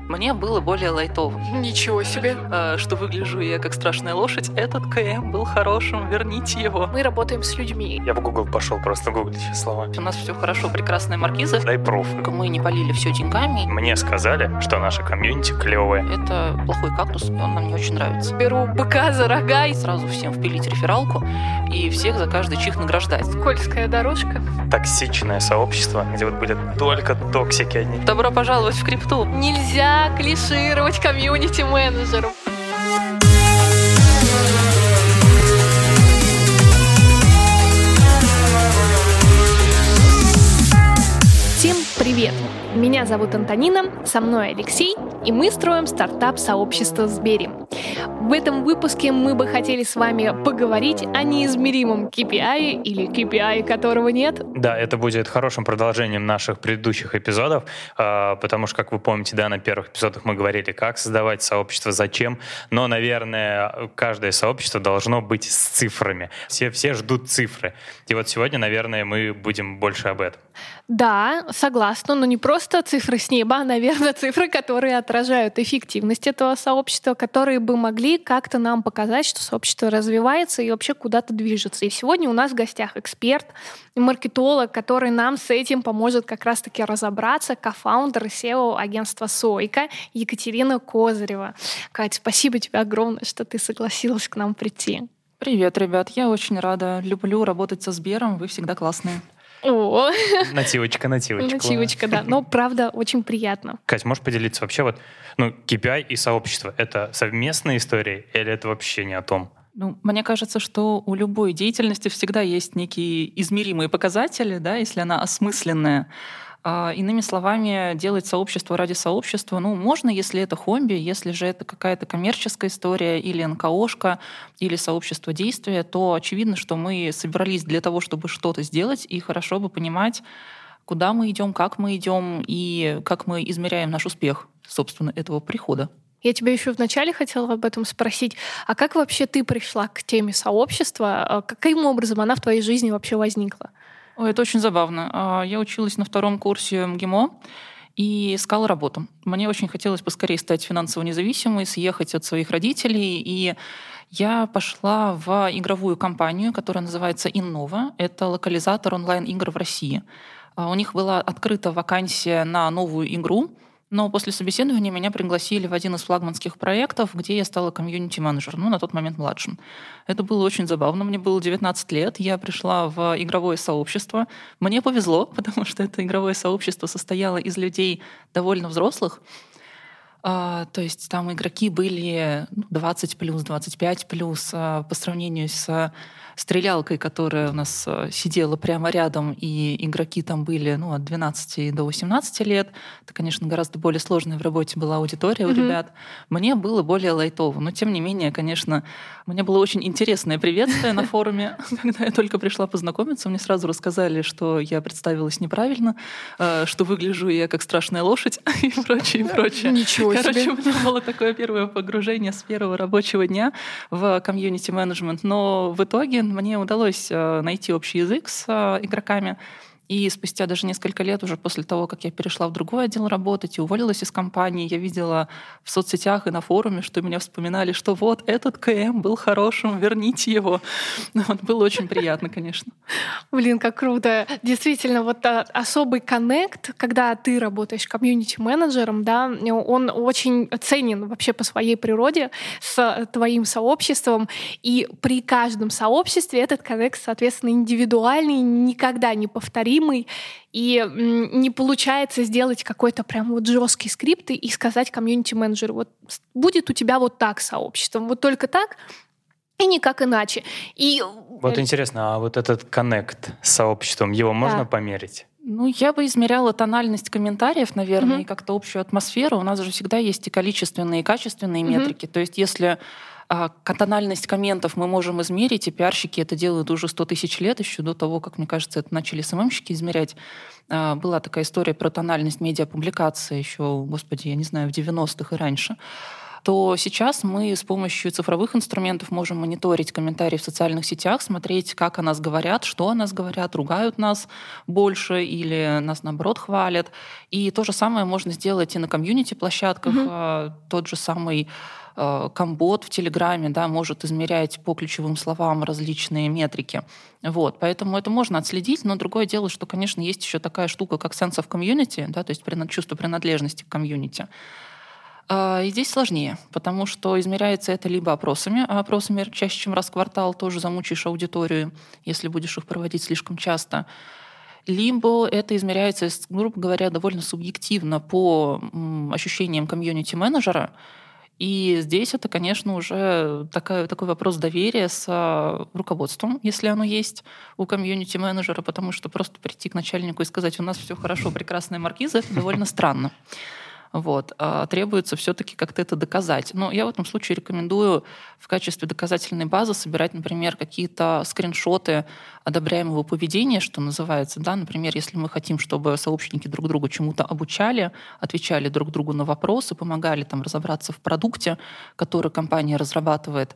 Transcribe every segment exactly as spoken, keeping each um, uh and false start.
Мне было более лайтово. Ничего себе. А, что выгляжу я как страшная лошадь. Этот КМ был хорошим, верните его. Мы работаем с людьми. Я в Google пошел просто гуглить сейчас слова. У нас все хорошо, прекрасная маркиза. Дай пруф. Мы не полили все деньгами. Мне сказали, что наша комьюнити клевая. Это плохой кактус, и он нам не очень нравится. Беру быка за рога и Сразу всем впилить рефералку и всех за каждый чих награждать. скользкая дорожка. Токсичное сообщество, где вот были только токсики одни. Добро пожаловать в крипту. Нельзя клишировать комьюнити-менеджеров. Всем привет! Меня зовут Антонина, со мной Алексей, и мы строим стартап-сообщество Сбери. В этом выпуске мы бы хотели с вами поговорить о неизмеримом кей пи ай или кей пи ай, которого нет. Да, это будет хорошим продолжением наших предыдущих эпизодов, потому что, как вы помните, да, на первых эпизодах мы говорили, как создавать сообщество, зачем, но, наверное, каждое сообщество должно быть с цифрами. Все, все ждут цифры. И вот сегодня, наверное, мы будем больше об этом. Да, согласна, но не просто цифры с неба, а, наверное, цифры, которые отражают эффективность этого сообщества, которые бы могли как-то нам показать, что сообщество развивается и вообще куда-то движется. И сегодня у нас в гостях эксперт и маркетолог, который нам с этим поможет как раз-таки разобраться, кофаундер и сео агентства Сойка Екатерина Козырева. Кать, спасибо тебе огромное, что ты согласилась к нам прийти. Привет, ребят, я очень рада. Люблю работать со Сбером, вы всегда классные. О, Нативочка, нативочка. нативочка, да. Но, правда, очень приятно. Кать, можешь поделиться вообще вот, ну, кей пи ай и сообщество — это совместные истории или это вообще не о том? Ну, мне кажется, что у любой деятельности всегда есть некие измеримые показатели, да, если она осмысленная. А, иными словами, делать сообщество ради сообщества, ну, можно, если это хобби, если же это какая-то коммерческая история или эн ка о-шка, или сообщество действия, то очевидно, что мы собрались для того, чтобы что-то сделать, и хорошо бы понимать, куда мы идем, как мы идем и как мы измеряем наш успех, собственно, этого прихода. Я тебя еще вначале хотела об этом спросить. А как вообще ты пришла к теме сообщества? Каким образом она в твоей жизни вообще возникла? Ой, это очень забавно. Я училась на втором курсе эм гэ эм о и искала работу. Мне очень хотелось поскорее стать финансово независимой, съехать от своих родителей. И я пошла в игровую компанию, которая называется Innova. Это локализатор онлайн-игр в России. У них была открыта вакансия на новую игру, но после собеседования меня пригласили в один из флагманских проектов, где я стала комьюнити-менеджером, ну, на тот момент младшим. Это было очень забавно. Мне было девятнадцать лет, я пришла в игровое сообщество. Мне повезло, потому что это игровое сообщество состояло из людей довольно взрослых. А, то есть там игроки были двадцать плюс, двадцать пять плюс, а, по сравнению с стрелялкой, которая у нас сидела прямо рядом, и игроки там были, ну, от двенадцати до восемнадцати лет. Это, конечно, гораздо более сложная в работе была аудитория у mm-hmm. ребят. Мне было более лайтово, но тем не менее, конечно, мне было очень интересное приветствие на форуме. Когда я только пришла познакомиться, мне сразу рассказали, что я представилась неправильно, что выгляжу я как страшная лошадь и прочее, и прочее. Ничего себе. Короче, у меня было такое первое погружение с первого рабочего дня в комьюнити-менеджмент, но в итоге мне удалось найти общий язык с игроками. И спустя даже несколько лет, уже после того, как я перешла в другой отдел работать и уволилась из компании, я видела в соцсетях и на форуме, что меня вспоминали, что вот этот КМ был хорошим, верните его. Вот, было очень приятно, конечно. Блин, как круто. Действительно, вот а, особый коннект, когда ты работаешь комьюнити-менеджером, да, он очень ценен вообще по своей природе с твоим сообществом. И при каждом сообществе этот коннект, соответственно, индивидуальный, никогда не повторимый. И не получается сделать какой-то прям вот жесткий скрипт и сказать комьюнити-менеджеру, вот будет у тебя вот так сообщество, вот только так и никак иначе. И... Вот интересно, а вот этот коннект с сообществом, его можно да. померить? Ну, я бы измеряла тональность комментариев, наверное, mm-hmm. и как-то общую атмосферу. У нас же всегда есть и количественные, и качественные mm-hmm. метрики. То есть если а, тональность комментов мы можем измерить, и пиарщики это делают уже сто тысяч лет, еще до того, как, мне кажется, это начали эс эм эм-щики измерять. А, была такая история про тональность медиапубликации еще, господи, я не знаю, в девяностых и раньше. то сейчас мы с помощью цифровых инструментов можем мониторить комментарии в социальных сетях, смотреть, как о нас говорят, что о нас говорят, ругают нас больше или нас, наоборот, хвалят. И то же самое можно сделать и на комьюнити-площадках. Mm-hmm. Тот же самый Комбот в Телеграме, да, может измерять по ключевым словам различные метрики. Вот, поэтому это можно отследить, но другое дело, что, конечно, есть еще такая штука, как sense of community, да, то есть чувство принадлежности к комьюнити. И здесь сложнее, потому что измеряется это либо опросами, а опросами чаще, чем раз в квартал, тоже замучаешь аудиторию, если будешь их проводить слишком часто. Либо это измеряется, грубо говоря, довольно субъективно по ощущениям комьюнити-менеджера. И здесь это, конечно, уже такой, такой вопрос доверия с руководством, если оно есть у комьюнити-менеджера, потому что просто прийти к начальнику и сказать, у нас все хорошо, прекрасная маркиза, это довольно странно. Вот. А требуется все-таки как-то это доказать. Но я в этом случае рекомендую в качестве доказательной базы собирать, например, какие-то скриншоты одобряемого поведения, что называется. Да? Например, если мы хотим, чтобы сообщники друг друга чему-то обучали, отвечали друг другу на вопросы, помогали там, разобраться в продукте, который компания разрабатывает,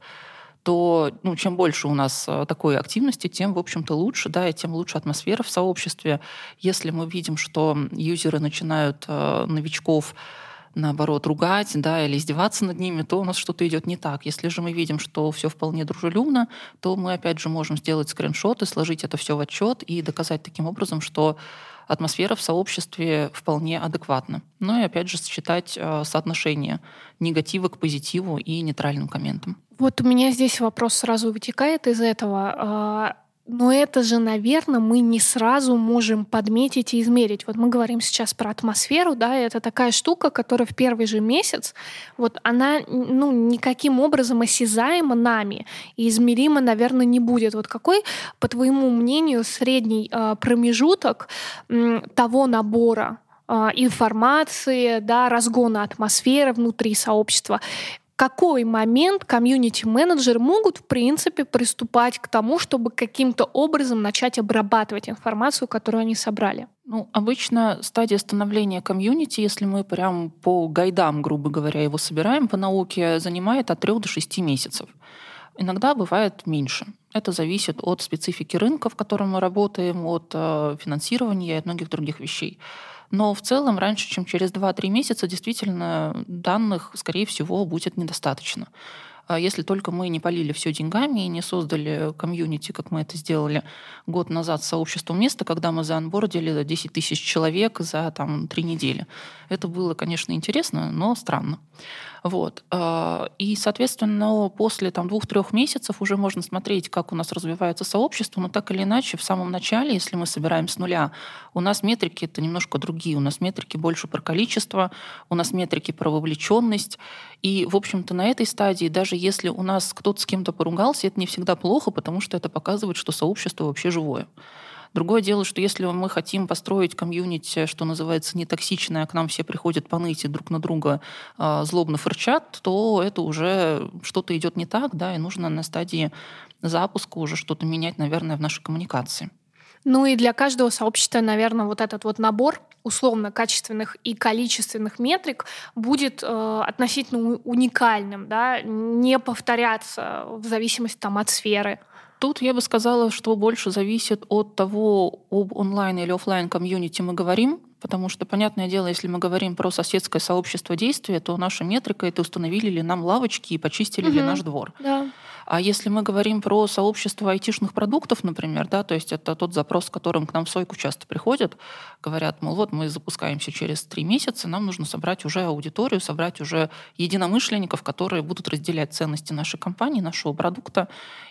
то ну, чем больше у нас такой активности, тем, в общем-то, лучше, да, и тем лучше атмосфера в сообществе. Если мы видим, что юзеры начинают э, новичков, наоборот, ругать, да, или издеваться над ними, то у нас что-то идет не так. Если же мы видим, что все вполне дружелюбно, то мы, опять же, можем сделать скриншоты, сложить это все в отчет и доказать таким образом, что атмосфера в сообществе вполне адекватна. Ну и, опять же, сочетать э, соотношение негатива к позитиву и нейтральным комментам. Вот у меня здесь вопрос сразу вытекает из этого. Но это же, наверное, мы не сразу можем подметить и измерить. Вот мы говорим сейчас про атмосферу, да, это такая штука, которая в первый же месяц, вот она ну, никаким образом осязаема нами и измерима, наверное, не будет. Вот какой, по твоему мнению, средний э, промежуток э, того набора э, информации, да, разгона атмосферы внутри сообщества, какой момент комьюнити-менеджеры могут, в принципе, приступать к тому, чтобы каким-то образом начать обрабатывать информацию, которую они собрали? Ну, обычно стадия становления комьюнити, если мы прям по гайдам, грубо говоря, его собираем по науке, занимает от трёх до шести месяцев. Иногда бывает меньше. Это зависит от специфики рынка, в котором мы работаем, от э, финансирования и от многих других вещей. Но в целом раньше, чем через два-три месяца, действительно данных, скорее всего, будет недостаточно. Если только мы не полили все деньгами и не создали комьюнити, как мы это сделали год назад с сообществом места, когда мы заонбордили десять тысяч человек за там, три недели. Это было, конечно, интересно, но странно. Вот. И, соответственно, после там, двух-трех месяцев уже можно смотреть, как у нас развивается сообщество, но так или иначе, в самом начале, если мы собираем с нуля, у нас метрики это немножко другие. У нас метрики больше про количество, у нас метрики про вовлеченность. И, в общем-то, на этой стадии, даже если у нас кто-то с кем-то поругался, это не всегда плохо, потому что это показывает, что сообщество вообще живое. Другое дело, что если мы хотим построить комьюнити, что называется, нетоксичное, а к нам все приходят поныть и друг на друга э, злобно фырчат, то это уже что-то идет не так, да, и нужно на стадии запуска уже что-то менять, наверное, в нашей коммуникации. Ну и для каждого сообщества, наверное, вот этот вот набор условно качественных и количественных метрик будет э, относительно уникальным, да, не повторяться в зависимости там, от сферы. Тут я бы сказала, что больше зависит от того, об онлайн или офлайн комьюнити мы говорим, потому что, понятное дело, если мы говорим про соседское сообщество действия, то наша метрика — это установили ли нам лавочки и почистили угу. ли наш двор. Да. А если мы говорим про сообщество айтишных продуктов, например, да, то есть это тот запрос, с которым к нам в Сойку часто приходят, говорят, мол, вот мы запускаемся через три месяца, нам нужно собрать уже аудиторию, собрать уже единомышленников, которые будут разделять ценности нашей компании, нашего продукта,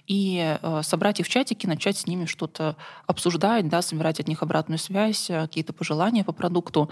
и э, собрать их в чатике, начать с ними что-то обсуждать, да, собирать от них обратную связь, какие-то пожелания по продукту,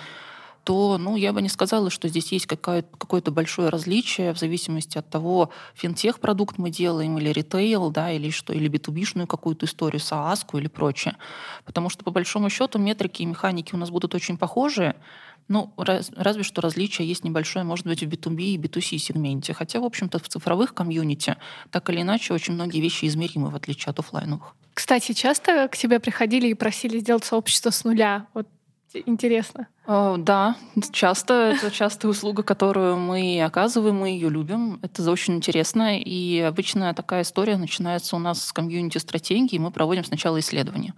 то ну, я бы не сказала, что здесь есть какое-то большое различие в зависимости от того, финтех-продукт мы делаем, или ритейл, да, или что, или би ту би-шную какую-то историю, сааску или прочее. Потому что, по большому счету, метрики и механики у нас будут очень похожие, ну, раз, разве что различие есть небольшое, может быть, в би ту би и би ту си сегменте. Хотя, в общем-то, в цифровых комьюнити так или иначе очень многие вещи измеримы, в отличие от офлайновых. Кстати, часто к тебе приходили и просили сделать сообщество с нуля? Вот интересно. Да, часто. Это частая услуга, которую мы оказываем, мы ее любим. Это очень интересно. И обычно такая история начинается у нас с комьюнити-стратегии. Мы проводим сначала исследования.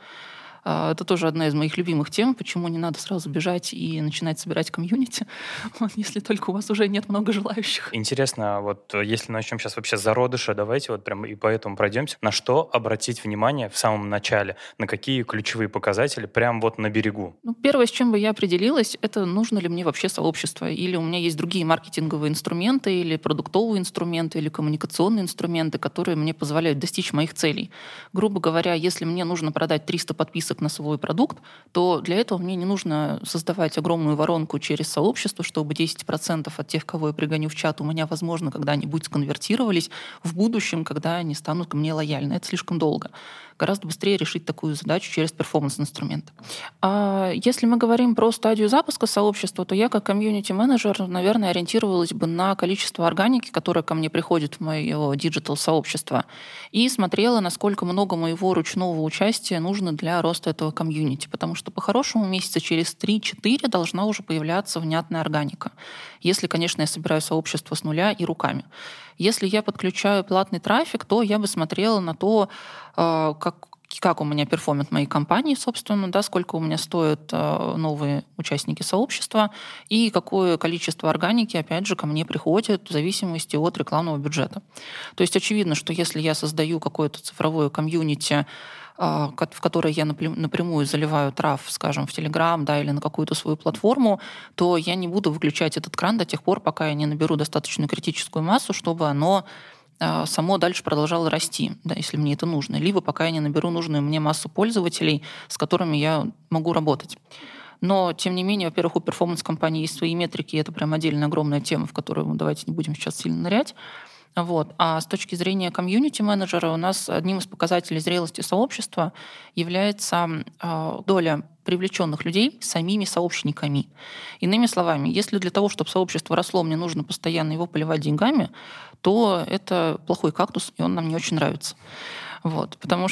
Это тоже одна из моих любимых тем, почему не надо сразу бежать и начинать собирать комьюнити, если только у вас уже нет много желающих. Интересно, вот если начнем сейчас вообще с зародыша, давайте вот прям и по этому пройдемся. На что обратить внимание в самом начале? На какие ключевые показатели прям вот на берегу? Ну, первое, с чем бы я определилась, это нужно ли мне вообще сообщество, или у меня есть другие маркетинговые инструменты, или продуктовые инструменты, или коммуникационные инструменты, которые мне позволяют достичь моих целей. Грубо говоря, если мне нужно продать триста подписок на свой продукт, то для этого мне не нужно создавать огромную воронку через сообщество, чтобы десять процентов от тех, кого я пригоню в чат, у меня, возможно, когда-нибудь сконвертировались в будущем, когда они станут ко мне лояльны. Это слишком долго. Гораздо быстрее решить такую задачу через перформанс-инструмент. А если мы говорим про стадию запуска сообщества, то я как комьюнити-менеджер, наверное, ориентировалась бы на количество органики, которое ко мне приходит в мое диджитал-сообщество, и смотрела, насколько много моего ручного участия нужно для роста этого комьюнити. Потому что по-хорошему месяца через три-четыре должна уже появляться внятная органика. Если, конечно, я собираю сообщество с нуля и руками. Если я подключаю платный трафик, то я бы смотрела на то, как, как у меня перформят мои компании, собственно, да, сколько у меня стоят новые участники сообщества и какое количество органики, опять же, ко мне приходит в зависимости от рекламного бюджета. То есть очевидно, что если я создаю какое-то цифровое комьюнити, в которое я напрямую заливаю трав, скажем, в Telegram, да, или на какую-то свою платформу, то я не буду выключать этот кран до тех пор, пока я не наберу достаточную критическую массу, чтобы оно само дальше продолжало расти, да, если мне это нужно. Либо пока я не наберу нужную мне массу пользователей, с которыми я могу работать. Но, тем не менее, во-первых, у перформанс-компании есть свои метрики, и это прям отдельная огромная тема, в которую мы давайте не будем сейчас сильно нырять. Вот. А с точки зрения комьюнити-менеджера у нас одним из показателей зрелости сообщества является э, доля привлеченных людей самими сообщниками. Иными словами, если для того, чтобы сообщество росло, мне нужно постоянно его поливать деньгами, то это плохой кактус, и он нам не очень нравится. Вот, потому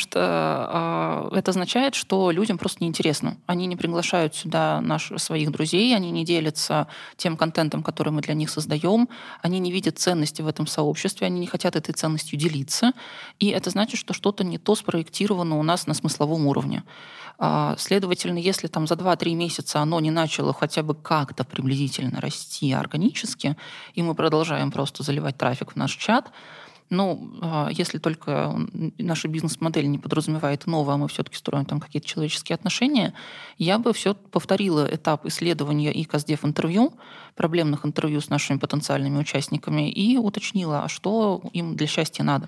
что э, это означает, что людям просто неинтересно. Они не приглашают сюда наших, своих друзей, они не делятся тем контентом, который мы для них создаем, они не видят ценности в этом сообществе, они не хотят этой ценностью делиться. И это значит, что что-то не то спроектировано у нас на смысловом уровне. Э, следовательно, если там за два-три месяца оно не начало хотя бы как-то приблизительно расти органически, и мы продолжаем просто заливать трафик в наш чат, ну, если только наша бизнес-модель не подразумевает иного, а мы все-таки строим там какие-то человеческие отношения, я бы все повторила этап исследования и каздев-интервью, проблемных интервью с нашими потенциальными участниками и уточнила, а что им для счастья надо.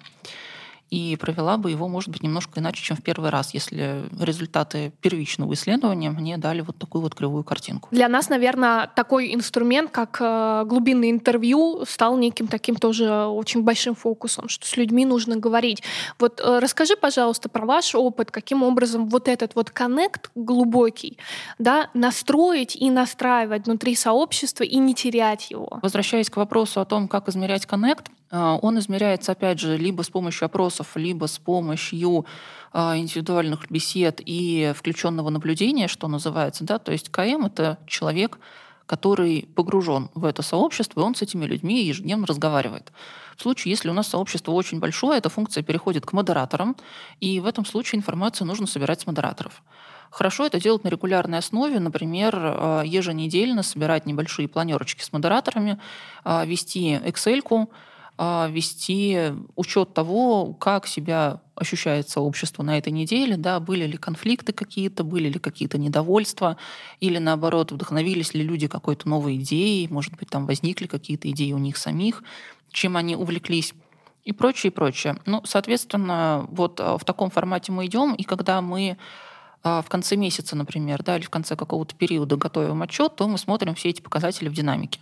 И провела бы его, может быть, немножко иначе, чем в первый раз, если результаты первичного исследования мне дали вот такую вот кривую картинку. Для нас, наверное, такой инструмент, как глубинное интервью, стал неким таким тоже очень большим фокусом, что с людьми нужно говорить. Вот расскажи, пожалуйста, про ваш опыт, каким образом вот этот вот коннект глубокий, да, настроить и настраивать внутри сообщества и не терять его. Возвращаясь к вопросу о том, как измерять коннект, он измеряется, опять же, либо с помощью опросов, либо с помощью индивидуальных бесед и включенного наблюдения, что называется. Да? То есть КМ — это человек, который погружен в это сообщество, и он с этими людьми ежедневно разговаривает. В случае, если у нас сообщество очень большое, эта функция переходит к модераторам, и в этом случае информацию нужно собирать с модераторов. Хорошо это делать на регулярной основе, например, еженедельно собирать небольшие планерочки с модераторами, вести Excel-ку, вести учет того, как себя ощущает сообщество на этой неделе, да, были ли конфликты какие-то, были ли какие-то недовольства, или наоборот, вдохновились ли люди какой-то новой идеей, может быть, там возникли какие-то идеи у них самих, чем они увлеклись, и прочее, и прочее. Ну, соответственно, вот в таком формате мы идем, и когда мы в конце месяца, например, да, или в конце какого-то периода готовим отчет, то мы смотрим все эти показатели в динамике.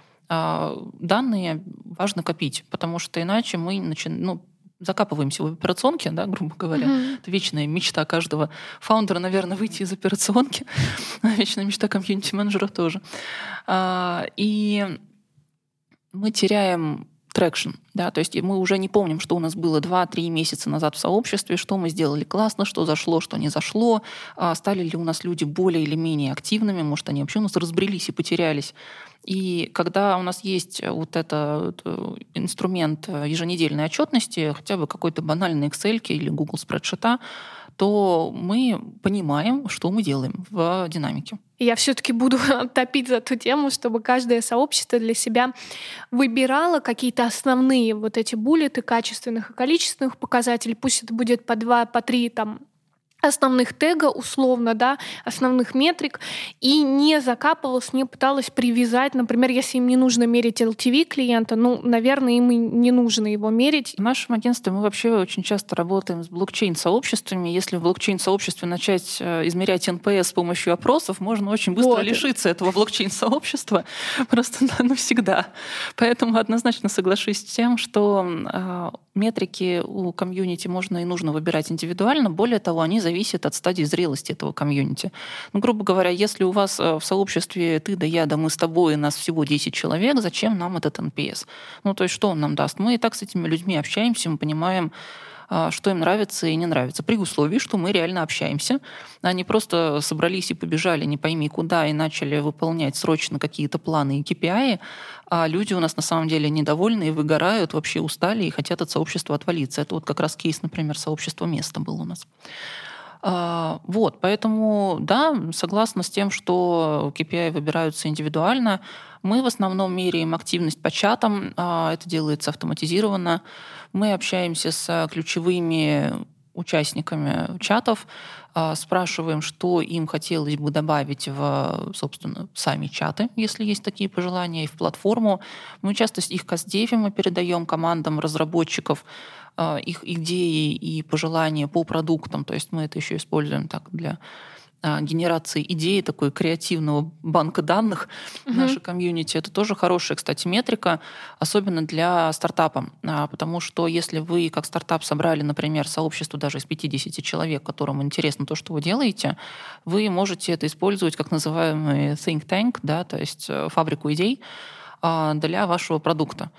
Данные важно копить, потому что иначе мы начинаем, ну, закапываемся в операционке, да, грубо говоря. Mm-hmm. Это вечная мечта каждого фаундера, наверное, выйти из операционки. Вечная мечта комьюнити-менеджера тоже. И мы теряем трекшн, Да, то есть мы уже не помним, что у нас было два-три месяца назад в сообществе, что мы сделали классно, что зашло, что не зашло, стали ли у нас люди более или менее активными, может, они вообще у нас разбрелись и потерялись. И когда у нас есть вот этот инструмент еженедельной отчетности, хотя бы какой-то банальный Excel или Google спредшита, то мы понимаем, что мы делаем в динамике. Я все-таки буду топить за ту тему, чтобы каждое сообщество для себя выбирало какие-то основные вот эти буллеты качественных и количественных показателей. Пусть это будет по два, по три там основных тега, условно, да, основных метрик, и не закапывалась, не пыталась привязать. Например, если им не нужно мерить эл ти ви клиента, ну, наверное, им и не нужно его мерить. В нашем агентстве мы вообще очень часто работаем с блокчейн-сообществами. Если в блокчейн-сообществе начать измерять эн пи эс с помощью опросов, можно очень быстро вот. лишиться этого блокчейн-сообщества просто навсегда. Поэтому однозначно соглашусь с тем, что э, метрики у комьюнити можно и нужно выбирать индивидуально. Более того, они зависит от стадии зрелости этого комьюнити. Ну, грубо говоря, если у вас в сообществе ты да я, да мы с тобой, нас всего десять человек, зачем нам этот эн пи эс? Ну, то есть что он нам даст? Мы и так с этими людьми общаемся, мы понимаем, что им нравится и не нравится, при условии, что мы реально общаемся, а не просто собрались и побежали, не пойми куда, и начали выполнять срочно какие-то планы и кей пи ай, а люди у нас на самом деле недовольны и выгорают, вообще устали и хотят от сообщества отвалиться. Это вот как раз кейс, например, сообщества «Место» был у нас. Вот, поэтому, да, согласна с тем, что кей пи ай выбираются индивидуально. Мы в основном меряем активность по чатам, это делается автоматизированно. Мы общаемся с ключевыми участниками чатов, спрашиваем, что им хотелось бы добавить в, собственно, сами чаты, если есть такие пожелания, и в платформу. Мы часто их каздевим и передаем командам разработчиков, их идеи и пожелания по продуктам. То есть мы это еще используем так для генерации идей, такой креативного банка данных в mm-hmm. нашей комьюнити. Это тоже хорошая, кстати, метрика, особенно для стартапа. Потому что если вы как стартап собрали, например, сообщество даже из пятидесяти человек, которым интересно то, что вы делаете, вы можете это использовать как называемый think tank, да, то есть фабрику идей для вашего продукта.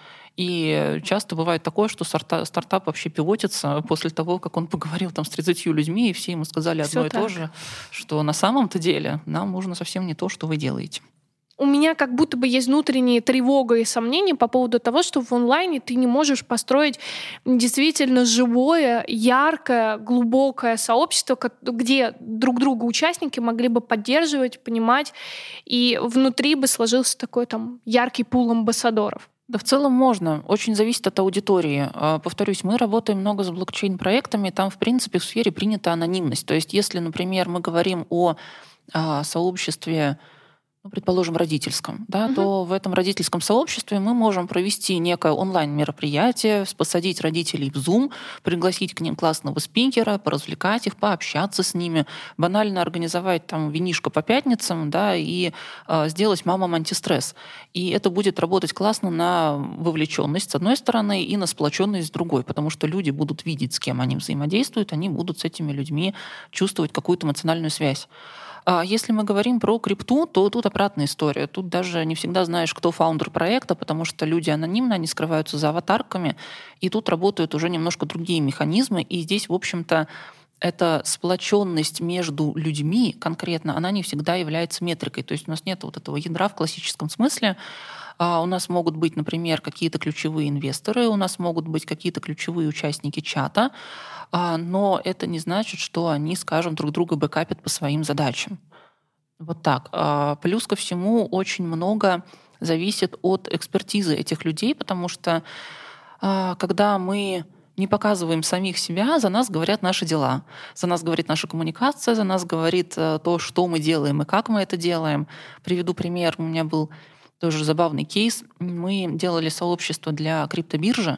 И часто бывает такое, что стартап вообще пивотится после того, как он поговорил там с тридцатью людьми, и все ему сказали одно Всё и так. то же, что на самом-то деле нам нужно совсем не то, что вы делаете. У меня как будто бы есть внутренняя тревога и сомнения по поводу того, что в онлайне ты не можешь построить действительно живое, яркое, глубокое сообщество, где друг друга участники могли бы поддерживать, понимать, и внутри бы сложился такой там яркий пул амбассадоров. Да, в целом можно. Очень зависит от аудитории. Повторюсь, мы работаем много с блокчейн-проектами, там, в принципе, в сфере принята анонимность. То есть если, например, мы говорим о сообществе, ну, предположим, родительском, да, угу. то в этом родительском сообществе мы можем провести некое онлайн-мероприятие, посадить родителей в Zoom, пригласить к ним классного спикера, поразвлекать их, пообщаться с ними, банально организовать там винишко по пятницам, да, и э, сделать мамам антистресс. И это будет работать классно на вовлеченность с одной стороны и на сплоченность с другой, потому что люди будут видеть, с кем они взаимодействуют, они будут с этими людьми чувствовать какую-то эмоциональную связь. Если мы говорим про крипту, то тут обратная история. Тут даже не всегда знаешь, кто фаундер проекта, потому что люди анонимны, они скрываются за аватарками, и тут работают уже немножко другие механизмы. И здесь, в общем-то, эта сплоченность между людьми конкретно, она не всегда является метрикой. То есть у нас нет вот этого ядра в классическом смысле. У нас могут быть, например, какие-то ключевые инвесторы, у нас могут быть какие-то ключевые участники чата, но это не значит, что они, скажем, друг друга бэкапят по своим задачам. Вот так. Плюс ко всему очень много зависит от экспертизы этих людей, потому что когда мы не показываем самих себя, за нас говорят наши дела, за нас говорит наша коммуникация, за нас говорит то, что мы делаем и как мы это делаем. Приведу пример. У меня был тоже забавный кейс. Мы делали сообщество для криптобиржи,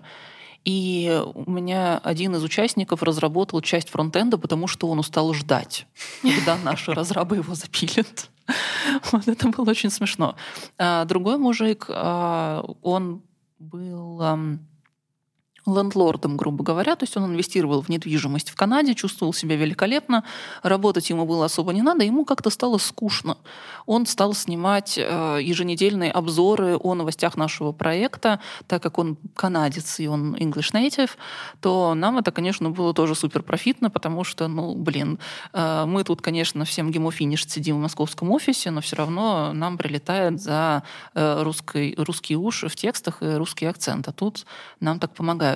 и у меня один из участников разработал часть фронтенда, потому что он устал ждать, когда наши разрабы его запилят. Вот это было очень смешно. А другой мужик, он был... лендлордом, грубо говоря, то есть он инвестировал в недвижимость в Канаде, чувствовал себя великолепно, работать ему было особо не надо, ему как-то стало скучно. Он стал снимать еженедельные обзоры о новостях нашего проекта, так как он канадец и он English native, то нам это, конечно, было тоже супер профитно, потому что, ну, блин, мы тут, конечно, всем гемофиниш сидим в московском офисе, но все равно нам прилетает за русский, русские уши в текстах и русский акцент, а тут нам так помогают.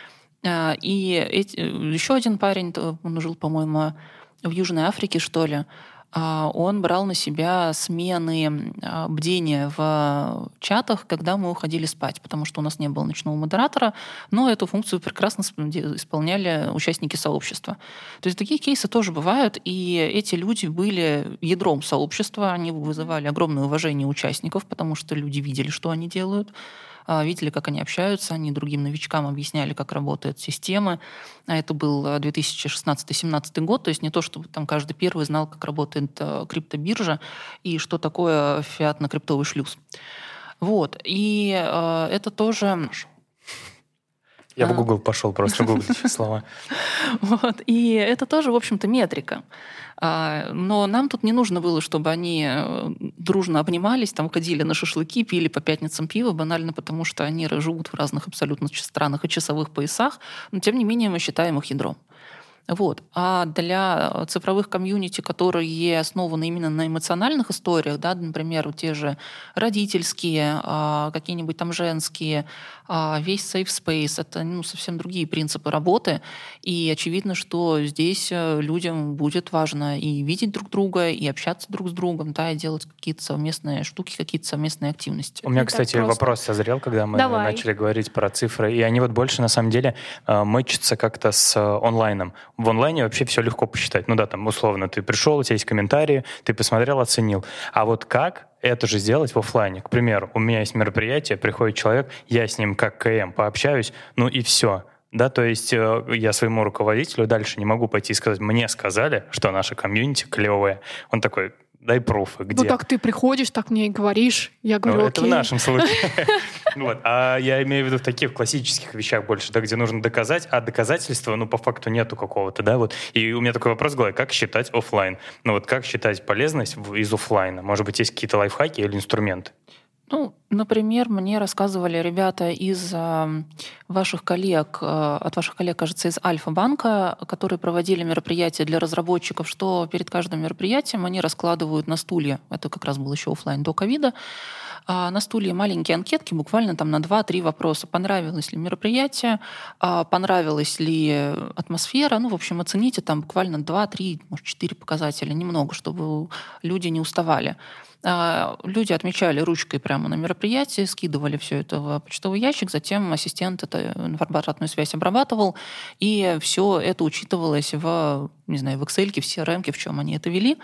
И эти, еще один парень, он жил, по-моему, в Южной Африке, что ли, он брал на себя смены бдения в чатах, когда мы уходили спать, потому что у нас не было ночного модератора, но эту функцию прекрасно исполняли участники сообщества. То есть такие кейсы тоже бывают, и эти люди были ядром сообщества, они вызывали огромное уважение участников, потому что люди видели, что они делают, видели, как они общаются, они другим новичкам объясняли, как работает система. А это был две тысячи шестнадцатый-семнадцатый год, то есть не то, чтобы там каждый первый знал, как работает криптобиржа и что такое фиатно-криптовый шлюз. Вот. И э, это тоже... Я в Google пошел просто гуглить слова. Вот. И это тоже, в общем-то, метрика. Но нам тут не нужно было, чтобы они дружно обнимались, там ходили на шашлыки, пили по пятницам пиво, банально потому, что они живут в разных абсолютно странах и часовых поясах, но тем не менее мы считаем их ядром. Вот. А для цифровых комьюнити, которые основаны именно на эмоциональных историях, да, например, те же родительские, какие-нибудь там женские, весь safe space, это ну, совсем другие принципы работы. И очевидно, что здесь людям будет важно и видеть друг друга, и общаться друг с другом, да, и делать какие-то совместные штуки, какие-то совместные активности. У меня, Это кстати, просто... вопрос созрел, когда мы Давай. начали говорить про цифры, и они вот больше, на самом деле, мэчатся как-то с онлайном. В онлайне вообще все легко посчитать. Ну да, там условно ты пришел, у тебя есть комментарии, ты посмотрел, оценил. А вот как это же сделать в офлайне? К примеру, у меня есть мероприятие, приходит человек, я с ним как КМ пообщаюсь, ну и все. Да, то есть я своему руководителю дальше не могу пойти и сказать, мне сказали, что наша комьюнити клевая. Он такой, дай пруфы, где? Ну так ты приходишь, так мне и говоришь. Я говорю, ну, окей. это в нашем случае. Вот. А я имею в виду в таких классических вещах больше, да, где нужно доказать, а доказательства, ну, по факту нету какого-то, да, вот. И у меня такой вопрос в голове, как считать офлайн? Ну, вот как считать полезность из офлайна? Может быть, есть какие-то лайфхаки или инструменты? Ну, например, мне рассказывали ребята из э, ваших коллег, э, от ваших коллег, кажется, из Альфа-банка, которые проводили мероприятия для разработчиков, что перед каждым мероприятием они раскладывают на стулья, это как раз был еще офлайн до ковида, э, на стулья маленькие анкетки, буквально там на два-три вопроса. Понравилось ли мероприятие, э, понравилась ли атмосфера, ну, в общем, оцените там буквально два-три, может, четыре показателя, немного, чтобы люди не уставали. Люди отмечали ручкой прямо на мероприятии, скидывали все это в почтовый ящик, затем ассистент эту обратную связь обрабатывал, и все это учитывалось в, не знаю, в Excel, в си эр эм, в чем они это вели,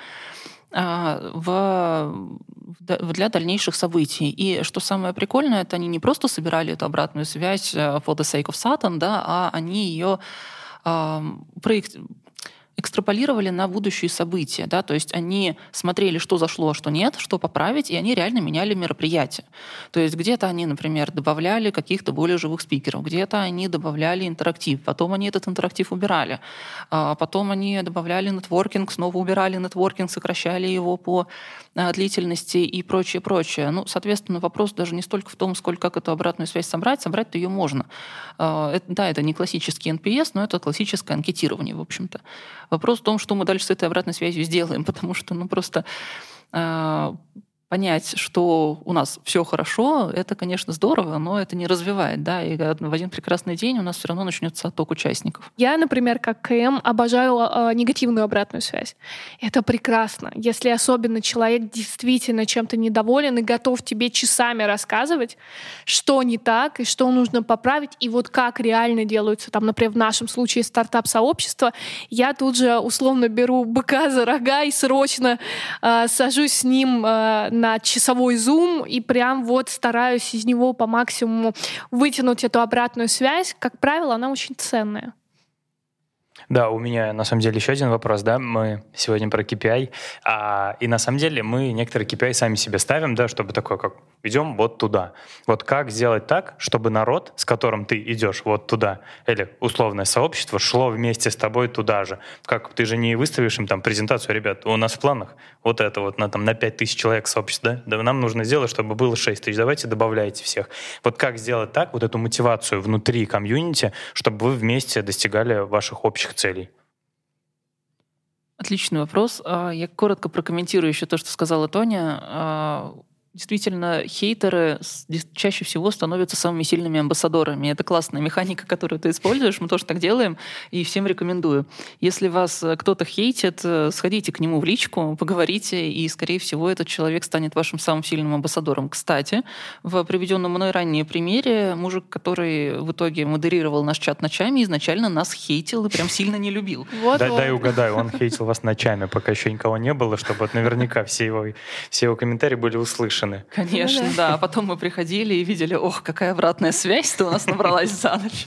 в, для дальнейших событий. И что самое прикольное, это они не просто собирали эту обратную связь for the sake of Satan, да, а они ее проектировали, экстраполировали на будущие события, да, то есть они смотрели, что зашло, а что нет, что поправить, и они реально меняли мероприятие. То есть где-то они, например, добавляли каких-то более живых спикеров, где-то они добавляли интерактив, потом они этот интерактив убирали, а потом они добавляли нетворкинг, снова убирали нетворкинг, сокращали его по длительности и прочее, прочее. Ну, соответственно, вопрос даже не столько в том, сколько как эту обратную связь собрать, собрать-то ее можно. Да, это не классический эн пи эс, но это классическое анкетирование, в общем-то. Вопрос в том, что мы дальше с этой обратной связью сделаем, потому что, ну, просто э, понять, что у нас все хорошо, это, конечно, здорово, но это не развивает, да, и в один прекрасный день у нас все равно начнется отток участников. Я, например, как КМ обожаю э, негативную обратную связь. Это прекрасно. Если особенно человек действительно чем-то недоволен и готов тебе часами рассказывать, что не так и что нужно поправить, и вот как реально делаются, там, например, в нашем случае стартап-сообщества, я тут же условно беру быка за рога и срочно э, сажусь с ним э, на часовой зум и прям вот стараюсь из него по максимуму вытянуть эту обратную связь. Как правило, она очень ценная. Да, у меня на самом деле еще один вопрос, да, мы сегодня про кей пи ай, а, и на самом деле мы некоторые кей пи ай сами себе ставим, да, чтобы такое, как идем вот туда. Вот как сделать так, чтобы народ, с которым ты идешь вот туда, или условное сообщество, шло вместе с тобой туда же. Как ты же не выставишь им там презентацию, ребят, у нас в планах вот это вот на, там, на пять тысяч человек сообщество, да? Да, нам нужно сделать, чтобы было шесть тысяч, давайте добавляйте всех. Вот как сделать так, вот эту мотивацию внутри комьюнити, чтобы вы вместе достигали ваших общих целей? Отличный вопрос. Я коротко прокомментирую еще то, что сказала Тоня. Действительно, хейтеры чаще всего становятся самыми сильными амбассадорами. Это классная механика, которую ты используешь. Мы тоже так делаем, и всем рекомендую. Если вас кто-то хейтит, сходите к нему в личку, поговорите, и, скорее всего, этот человек станет вашим самым сильным амбассадором. Кстати, в приведенном мной ранее примере мужик, который в итоге модерировал наш чат ночами, изначально нас хейтил и прям сильно не любил. Вот, дай, вот. дай угадаю, он хейтил вас ночами, пока еще никого не было, чтобы вот наверняка все его, все его комментарии были услышаны. Конечно, да. да. А потом мы приходили и видели, ох, какая обратная связь-то у нас набралась за ночь.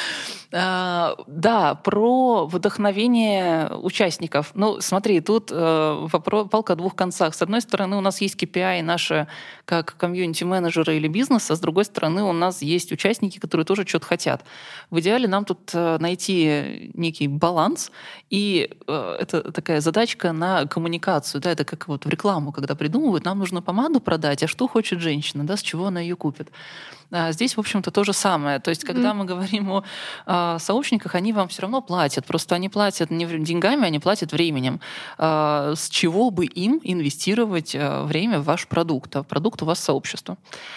Uh, да, про вдохновение участников. Ну, смотри, тут uh, вопрос, палка о двух концах. С одной стороны, у нас есть кей пи ай наши как комьюнити-менеджеры или бизнеса, с другой стороны, у нас есть участники, которые тоже что-то хотят. В идеале нам тут uh, найти некий баланс, и uh, это такая задачка на коммуникацию. Да, это как вот в рекламу, когда придумывают, нам нужно помаду продать, а что хочет женщина, да, с чего она ее купит. А здесь, в общем-то, то же самое. То есть, когда mm-hmm. мы говорим о, о сообщниках, они вам все равно платят. Просто они платят не деньгами, они платят временем. А, с чего бы им инвестировать время в ваш продукт? А продукт у вас сообщество.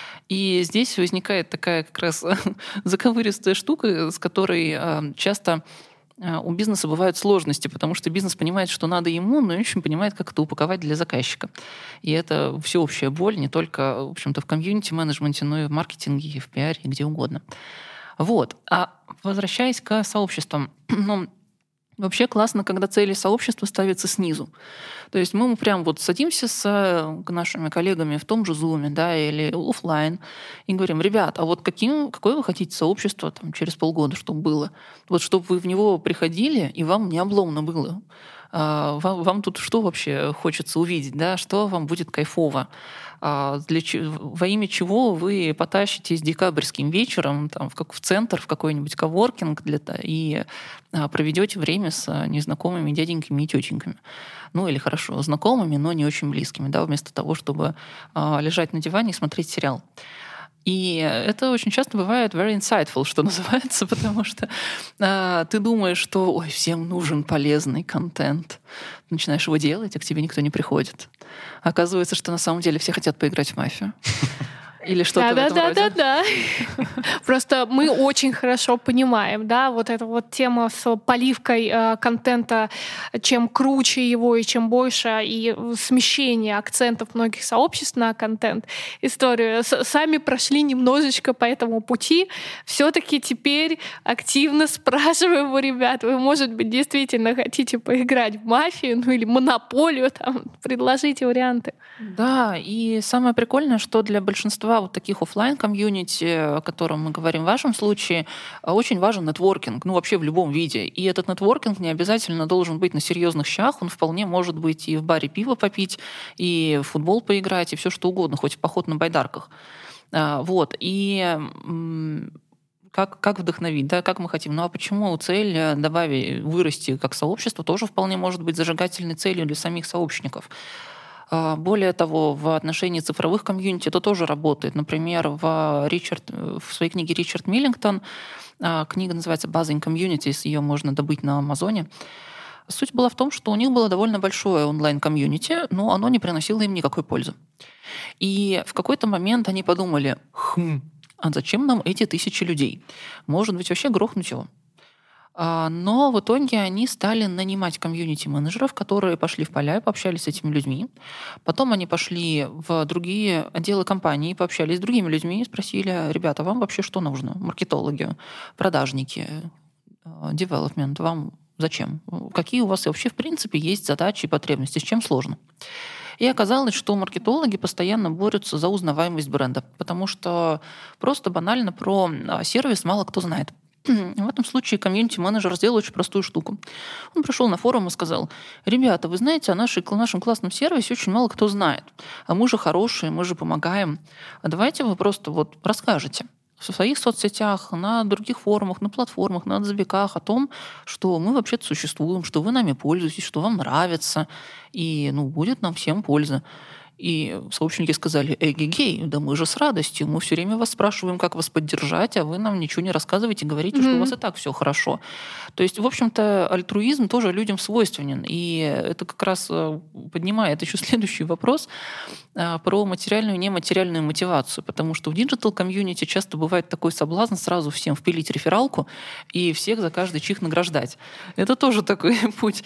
И здесь возникает такая как раз заковыристая штука, с которой а, часто у бизнеса бывают сложности, потому что бизнес понимает, что надо ему, но не очень понимает, как это упаковать для заказчика. И это всеобщая боль не только, в общем-то, в комьюнити-менеджменте, но и в маркетинге, и в пиаре, и где угодно. Вот. А возвращаясь к сообществам, ну, вообще классно, когда цели сообщества ставятся снизу. То есть мы прям вот садимся с нашими коллегами в том же Zoom, да, или офлайн и говорим, ребят, а вот каким, какое вы хотите сообщество там, через полгода, чтобы было? Вот чтобы вы в него приходили, и вам не обломно было. А, вам, вам тут что вообще хочется увидеть, да? Что вам будет кайфово? А, для, во имя чего вы потащитесь декабрьским вечером там, в, как, в центр, в какой-нибудь коворкинг для, и а, проведете время с незнакомыми дяденьками и тетеньками. Ну или хорошо, знакомыми, но не очень близкими, да, вместо того, чтобы а, лежать на диване и смотреть сериал. И это очень часто бывает very insightful, что называется, потому что а, ты думаешь, что ой, всем нужен полезный контент. Ты начинаешь его делать, а к тебе никто не приходит. Оказывается, что на самом деле все хотят поиграть в мафию. Или что-то да, в этом да, роде. Да, да, да. Просто мы очень хорошо понимаем, да, вот эта вот тема с поливкой э, контента, чем круче его и чем больше, и смещение акцентов многих сообществ на контент. Историю. С- сами прошли немножечко по этому пути. Все-таки теперь активно спрашиваем у ребят, вы, может быть, действительно хотите поиграть в мафию, ну или монополию, там, предложите варианты. Да, и самое прикольное, что для большинства вот таких офлайн-комьюнити, о котором мы говорим в вашем случае, очень важен нетворкинг, ну вообще в любом виде. И этот нетворкинг не обязательно должен быть на серьезных щах, он вполне может быть и в баре пиво попить, и в футбол поиграть, и все что угодно, хоть в поход на байдарках. Вот. И как, как вдохновить, да, как мы хотим. Ну а почему цель добавить, вырасти как сообщество тоже вполне может быть зажигательной целью для самих сообщников. Более того, в отношении цифровых комьюнити это тоже работает. Например, в, Ричард, в своей книге Ричард Миллингтон, книга называется «Buzzing Communities», ее можно добыть на Амазоне. Суть была в том, что у них было довольно большое онлайн-комьюнити, но оно не приносило им никакой пользы. И в какой-то момент они подумали, хм, а зачем нам эти тысячи людей? Может быть, вообще грохнуть его? Но в итоге они стали нанимать комьюнити-менеджеров, которые пошли в поля и пообщались с этими людьми. Потом они пошли в другие отделы компании, пообщались с другими людьми и спросили, ребята, вам вообще что нужно? Маркетологи, продажники, девелопмент, вам зачем? Какие у вас вообще в принципе есть задачи и потребности? С чем сложно? И оказалось, что маркетологи постоянно борются за узнаваемость бренда, потому что просто банально про сервис мало кто знает. В этом случае комьюнити-менеджер сделал очень простую штуку. Он пришел на форум и сказал: ребята, вы знаете, о нашей, нашем классном сервисе очень мало кто знает. А мы же хорошие, мы же помогаем. А давайте вы просто вот расскажете в своих соцсетях, на других форумах, на платформах, на отзывиках о том, что мы вообще-то существуем, что вы нами пользуетесь, что вам нравится, и ну, будет нам всем польза. И сообщники сказали: эгегей, да мы же с радостью, мы все время вас спрашиваем, как вас поддержать, а вы нам ничего не рассказываете, говорите, mm-hmm. что у вас и так все хорошо. То есть, в общем-то, альтруизм тоже людям свойственен. И это как раз поднимает еще следующий вопрос про материальную и нематериальную мотивацию. Потому что в диджитал-комьюнити часто бывает такой соблазн сразу всем впилить рефералку и всех за каждый чих награждать. Это тоже такой путь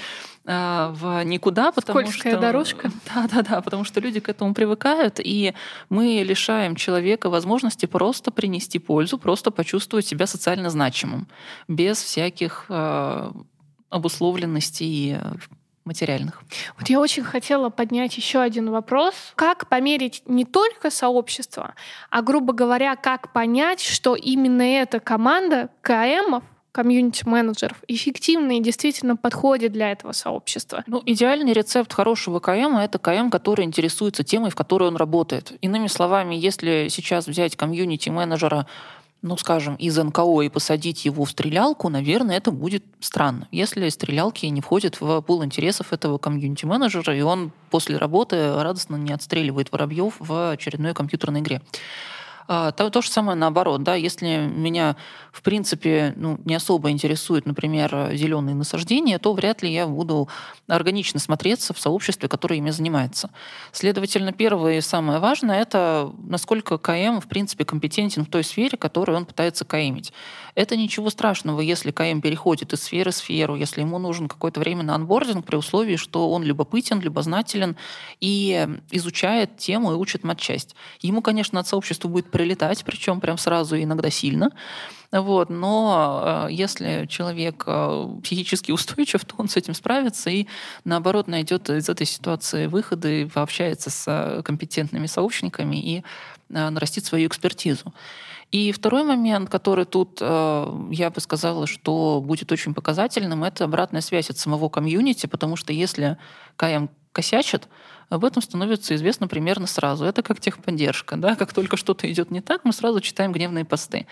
в никуда, потому Скользкая что... дорожка. Да-да-да, потому что люди к этому привыкают, и мы лишаем человека возможности просто принести пользу, просто почувствовать себя социально значимым, без всяких э, обусловленностей материальных. Вот я очень хотела поднять еще один вопрос. Как померить не только сообщество, а, грубо говоря, как понять, что именно эта команда КМов, комьюнити-менеджеров, эффективно и действительно подходит для этого сообщества? Ну, идеальный рецепт хорошего КМа — это КМ, который интересуется темой, в которой он работает. Иными словами, если сейчас взять комьюнити-менеджера, ну, скажем, из эн ка о и посадить его в стрелялку, наверное, это будет странно. Если стрелялки не входят в пул интересов этого комьюнити-менеджера, и он после работы радостно не отстреливает воробьев в очередной компьютерной игре. То, то же самое наоборот, да, если меня, в принципе, ну, не особо интересует, например, зеленые насаждения, то вряд ли я буду органично смотреться в сообществе, которое ими занимается. Следовательно, первое и самое важное — это насколько КМ, в принципе, компетентен в той сфере, которую он пытается КМить. Это ничего страшного, если КМ переходит из сферы в сферу, если ему нужен какое-то время на онбординг, при условии, что он любопытен, любознателен и изучает тему и учит матчасть. Ему, конечно, от сообщества будет прилетать, причем прям сразу и иногда сильно. Вот. Но если человек психически устойчив, то он с этим справится и, наоборот, найдет из этой ситуации выходы, пообщается с компетентными сообщниками и нарастит свою экспертизу. И второй момент, который тут, я бы сказала, что будет очень показательным, это обратная связь от самого комьюнити, потому что если КМ косячит, об этом становится известно примерно сразу. Это как техподдержка. Да? Как только что-то идет не так, мы сразу читаем гневные посты.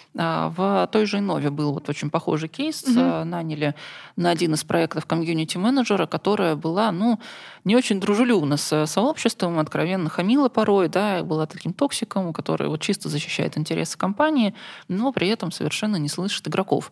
В той же Иннове был вот очень похожий кейс. Mm-hmm. Наняли на один из проектов комьюнити-менеджера, которая была ну, не очень дружелюбна с сообществом, откровенно хамила порой, да, была таким токсиком, который вот чисто защищает интересы компании, но при этом совершенно не слышит игроков.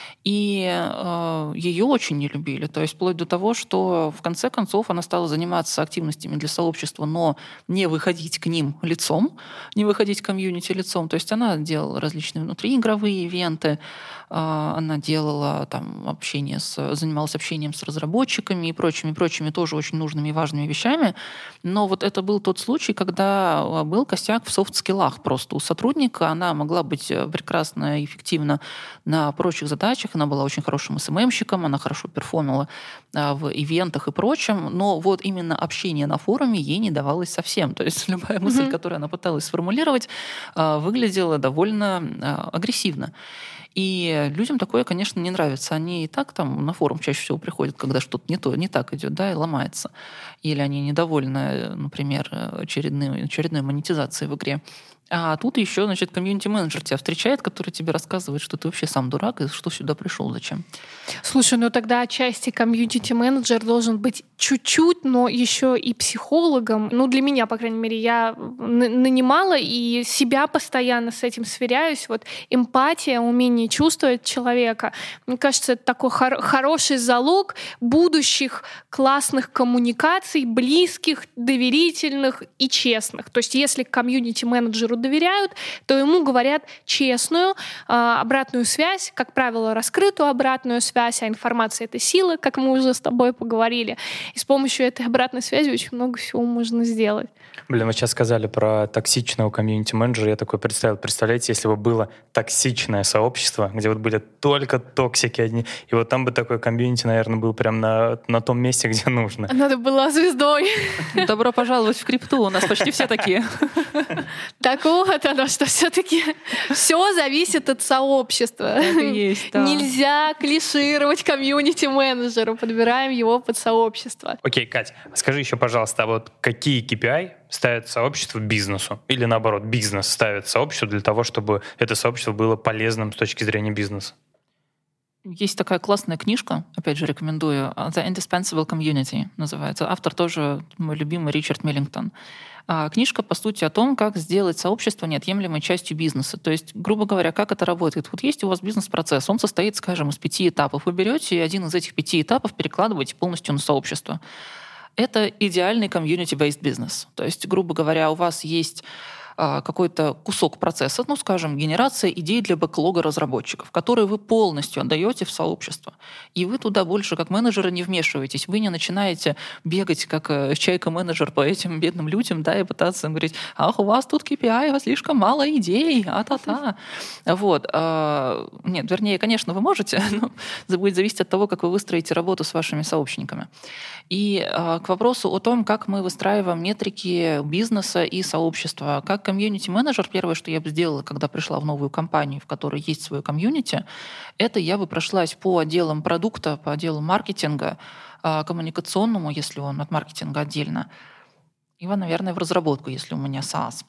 И э, ее очень не любили. То есть вплоть до того, что в конце концов она стала заниматься активностями для сообщества, но не выходить к ним лицом, не выходить к комьюнити лицом. То есть она делала различные внутриигровые ивенты, э, она делала там общение с, занималась общением с разработчиками и прочими, прочими тоже очень нужными и важными вещами. Но вот это был тот случай, когда был косяк в софт-скиллах просто у сотрудника. Она могла быть прекрасно и эффективна на прочих задачах, она была очень хорошим эс эм эм-щиком, она хорошо перформила в ивентах и прочем, но вот именно общение на форуме ей не давалось совсем. То есть любая мысль, mm-hmm. которую она пыталась сформулировать, выглядела довольно агрессивно. И людям такое, конечно, не нравится. Они и так там на форум чаще всего приходят, когда что-то не то, не так идет, да, и ломается. Или они недовольны, например, очередной, очередной монетизацией в игре. А тут еще, значит, комьюнити-менеджер тебя встречает, который тебе рассказывает, что ты вообще сам дурак и что сюда пришел, зачем. Слушай, ну тогда отчасти комьюнити-менеджер должен быть чуть-чуть, но еще и психологом. Ну, для меня, по крайней мере, я нанимала и себя постоянно с этим сверяюсь. Вот эмпатия, умение чувствовать человека, мне кажется, это такой хор- хороший залог будущих классных коммуникаций, близких, доверительных и честных. То есть если комьюнити-менеджеру доверяют, то ему говорят честную э, обратную связь, как правило, раскрытую обратную связь, а информация — это сила, как мы уже с тобой поговорили. И с помощью этой обратной связи очень много всего можно сделать. Блин, вы сейчас сказали про токсичного комьюнити-менеджера. Я такой представил. Представляете, если бы было токсичное сообщество, где вот были только токсики одни, и вот там бы такой комьюнити, наверное, был прям на, на том месте, где нужно. Надо было звездой. Добро пожаловать в крипту. У нас почти все такие. Так вот оно, что все-таки все зависит от сообщества. Так и есть, да. Нельзя клишировать комьюнити-менеджера, подбираем его под сообщество. Окей, Кать, скажи еще, пожалуйста, а вот какие кей пи ай ставит сообщество бизнесу? Или наоборот, бизнес ставит сообществу для того, чтобы это сообщество было полезным с точки зрения бизнеса? Есть такая классная книжка, опять же, рекомендую, The Indispensable Community называется. Автор тоже мой любимый Ричард Миллингтон. Книжка, по сути, о том, как сделать сообщество неотъемлемой частью бизнеса. То есть, грубо говоря, как это работает. Вот есть у вас бизнес-процесс, он состоит, скажем, из пяти этапов. Вы берете и один из этих пяти этапов перекладываете полностью на сообщество. Это идеальный community-based бизнес. То есть, грубо говоря, у вас есть какой-то кусок процесса, ну, скажем, генерация идей для бэклога разработчиков, которые вы полностью отдаете в сообщество. И вы туда больше как менеджеры не вмешиваетесь. Вы не начинаете бегать как чайка-менеджер по этим бедным людям, да, и пытаться им говорить: ах, у вас тут кей пи ай, у вас слишком мало идей, а-та-та. Вот. Нет, вернее, конечно, вы можете, но это будет зависеть от того, как вы выстроите работу с вашими сообщниками. И к вопросу о том, как мы выстраиваем метрики бизнеса и сообщества. Как комьюнити-менеджер, первое, что я бы сделала, когда пришла в новую компанию, в которой есть свое комьюнити, это я бы прошлась по отделам продукта, по отделу маркетинга, коммуникационному, если он от маркетинга отдельно, и, наверное, в разработку, если у меня SaaS.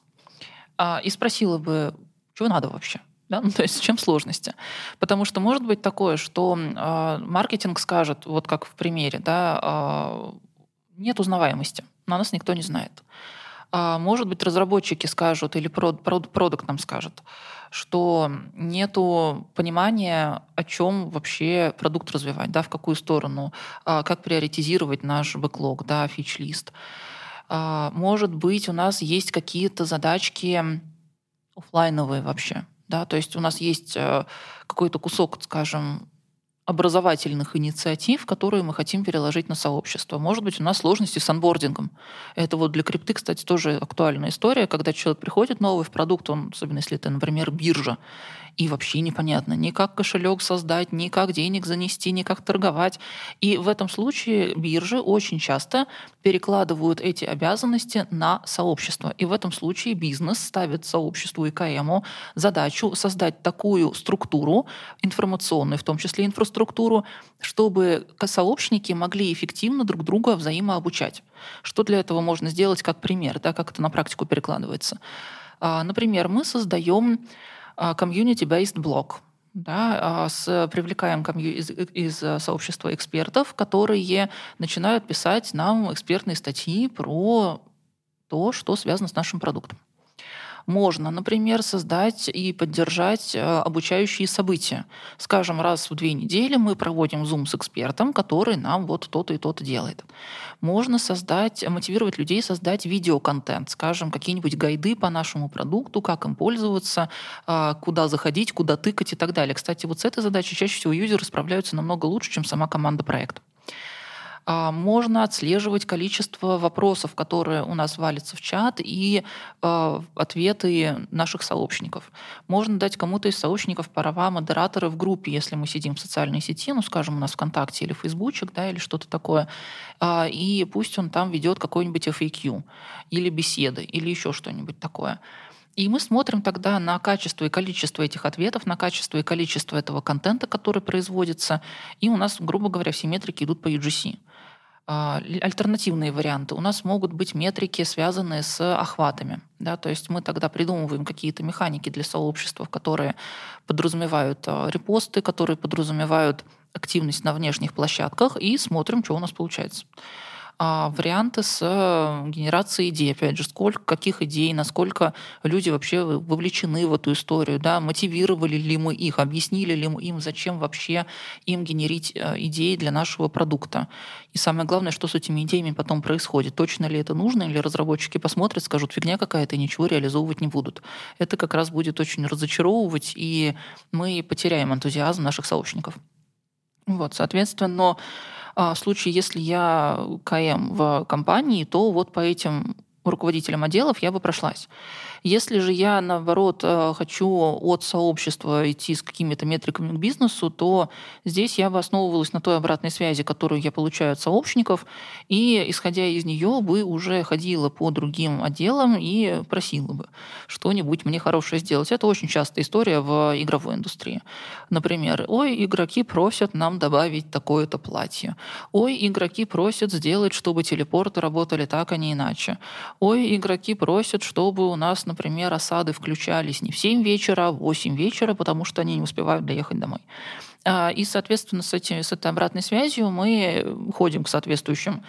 И спросила бы, чего надо вообще? Да? Ну, то есть с чем сложности? Потому что может быть такое, что э, маркетинг скажет, вот как в примере, да, э, нет узнаваемости, на нас никто не знает. А может быть, разработчики скажут или продукт нам скажет, что нету понимания, о чем вообще продукт развивать, да, в какую сторону, э, как приоритизировать наш бэклог, да, фич-лист. Э, может быть, у нас есть какие-то задачки офлайновые вообще. Да, то есть у нас есть какой-то кусок, скажем, образовательных инициатив, которые мы хотим переложить на сообщество. Может быть, у нас сложности с онбордингом. Это вот для крипты, кстати, тоже актуальная история, когда человек приходит новый в продукт, он, особенно если это, например, биржа, и вообще непонятно ни как кошелек создать, ни как денег занести, ни как торговать. И в этом случае биржи очень часто перекладывают эти обязанности на сообщество. И в этом случае бизнес ставит сообществу и ка эму задачу создать такую структуру, информационную, в том числе инфраструктуру, чтобы сообщники могли эффективно друг друга взаимообучать. Что для этого можно сделать как пример, да, как это на практику перекладывается? Например, мы создаем community-based блог. Да, с, привлекаем из, из сообщества экспертов, которые начинают писать нам экспертные статьи про то, что связано с нашим продуктом. Можно, например, создать и поддержать обучающие события. Скажем, раз в две недели мы проводим Zoom с экспертом, который нам вот то-то и то-то делает. Можно создать, мотивировать людей создать видеоконтент, скажем, какие-нибудь гайды по нашему продукту, как им пользоваться, куда заходить, куда тыкать и так далее. Кстати, вот с этой задачей чаще всего юзеры справляются намного лучше, чем сама команда проекта. Можно отслеживать количество вопросов, которые у нас валятся в чат, и э, ответы наших сообщников. Можно дать кому-то из сообщников права модератора в группе, если мы сидим в социальной сети, ну, скажем, у нас ВКонтакте или Фейсбучек, да, или что-то такое, э, и пусть он там ведет какой-нибудь эф эй кью или беседы, или еще что-нибудь такое. И мы смотрим тогда на качество и количество этих ответов, на качество и количество этого контента, который производится, и у нас, грубо говоря, все метрики идут по ю джи си. Альтернативные варианты. У нас могут быть метрики, связанные с охватами. Да? То есть мы тогда придумываем какие-то механики для сообщества, которые подразумевают репосты, которые подразумевают активность на внешних площадках, и смотрим, что у нас получается. Варианты с генерацией идей, опять же, сколько, каких идей, насколько люди вообще вовлечены в эту историю, да, мотивировали ли мы их, объяснили ли мы им, зачем вообще им генерить идеи для нашего продукта. И самое главное, что с этими идеями потом происходит. Точно ли это нужно, или разработчики посмотрят, скажут, фигня какая-то, и ничего реализовывать не будут. Это как раз будет очень разочаровывать, и мы потеряем энтузиазм наших сообщников. Вот, соответственно, в случае, если я ка эм в компании, то вот по этим руководителям отделов, я бы прошлась. Если же я, наоборот, хочу от сообщества идти с какими-то метриками к бизнесу, то здесь я бы основывалась на той обратной связи, которую я получаю от сообщников, и, исходя из нее, бы уже ходила по другим отделам и просила бы что-нибудь мне хорошее сделать. Это очень частая история в игровой индустрии. Например, ой, игроки просят нам добавить такое-то платье. Ой, игроки просят сделать, чтобы телепорты работали так, а не иначе. Ой, игроки просят, чтобы у нас, например, осады включались не в семь вечера, а в восемь вечера, потому что они не успевают доехать домой. И, соответственно, с, этим, с этой обратной связью мы ходим к соответствующим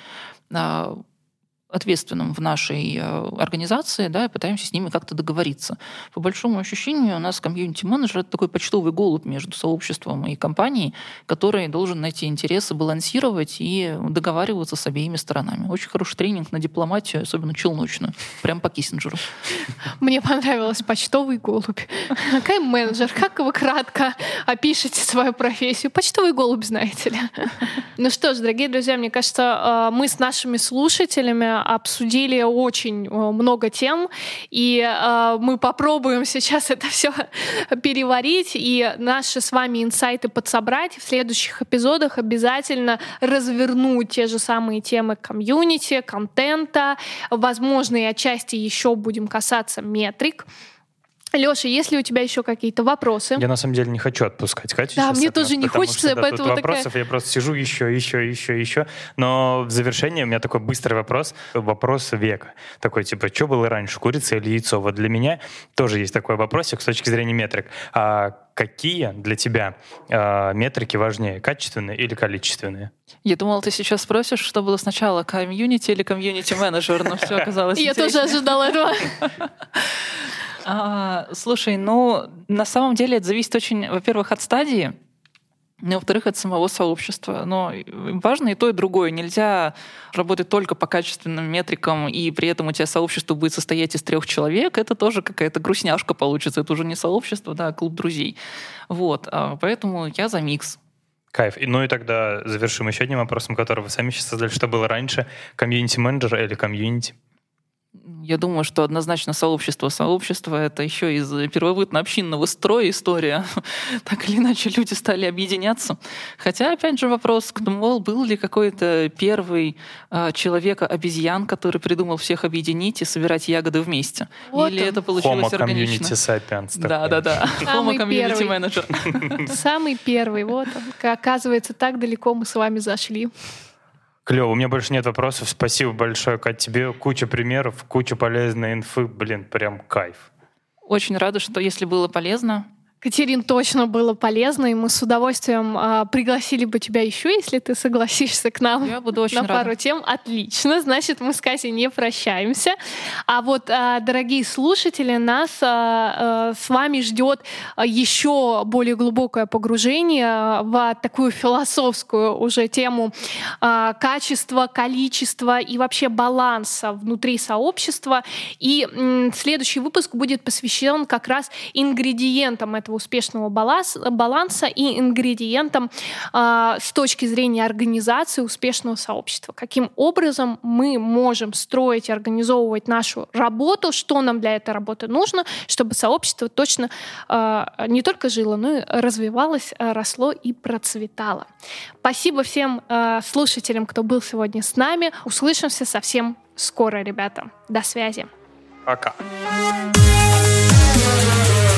ответственным в нашей организации, да, и пытаемся с ними как-то договориться. По большому ощущению, у нас комьюнити-менеджер — это такой почтовый голубь между сообществом и компанией, который должен эти интересы балансировать и договариваться с обеими сторонами. Очень хороший тренинг на дипломатию, особенно челночную, прям по Киссинджеру. Мне понравилось почтовый голубь. Какой менеджер? Как вы кратко опишете свою профессию? Почтовый голубь, знаете ли. Ну что ж, дорогие друзья, мне кажется, мы с нашими слушателями обсудили очень много тем, и э, мы попробуем сейчас это все переварить и наши с вами инсайты подсобрать. В следующих эпизодах обязательно развернуть те же самые темы комьюнити, контента. Возможно, и отчасти еще будем касаться метрик. Лёша, есть ли у тебя еще какие-то вопросы? Я на самом деле не хочу отпускать Катю. Да, мне тоже нас, не хочется, что, да, поэтому тут такая... вопросов я просто сижу еще, еще, еще, еще. Но в завершение у меня такой быстрый вопрос, вопрос века. Такой типа, что было раньше, курица или яйцо? Вот для меня тоже есть такой вопросик с точки зрения метрик. А какие для тебя э, метрики важнее, качественные или количественные? Я думала, ты сейчас спросишь, что было сначала, комьюнити или комьюнити-менеджер, но все оказалось Я тоже ожидала этого. А, слушай, ну, на самом деле это зависит очень, во-первых, от стадии, во-вторых, от самого сообщества. Но важно и то, и другое. Нельзя работать только по качественным метрикам, и при этом у тебя сообщество будет состоять из трех человек. Это тоже какая-то грустняшка получится. Это уже не сообщество, да, а клуб друзей. Вот. Поэтому я за микс. Кайф. И, ну и тогда завершим еще одним вопросом, который вы сами сейчас создали. Что было раньше? Комьюнити-менеджер или комьюнити? Я думаю, что однозначно сообщество. Сообщество — это еще из первобытно-общинного строя история. Так или иначе люди стали объединяться. Хотя, опять же, вопрос, мол, был ли какой-то первый э, человек-обезьян, который придумал всех объединить и собирать ягоды вместе? Вот или он. это получилось Homo органично? community sapiens. Да-да-да. Homo community manager. Самый первый. Вот он. Оказывается, так далеко мы с вами зашли. Клево, у меня больше нет вопросов. Спасибо большое, Кать, тебе. Куча примеров, куча полезной инфы. Блин, прям кайф. Очень рада, что если было полезно. Катерин, точно было полезно, и мы с удовольствием а, пригласили бы тебя еще, если ты согласишься к нам. Я буду очень на рада. пару тем. Отлично, значит, мы с Катей не прощаемся. А вот, а, дорогие слушатели, нас а, а, с вами ждет еще более глубокое погружение в такую философскую уже тему а, качества, количества и вообще баланса внутри сообщества. И м, следующий выпуск будет посвящен как раз ингредиентам этого успешного баланса и ингредиентам э, с точки зрения организации успешного сообщества. Каким образом мы можем строить и организовывать нашу работу, что нам для этой работы нужно, чтобы сообщество точно э, не только жило, но и развивалось, росло и процветало. Спасибо всем э, слушателям, кто был сегодня с нами. Услышимся совсем скоро, ребята. До связи. Пока.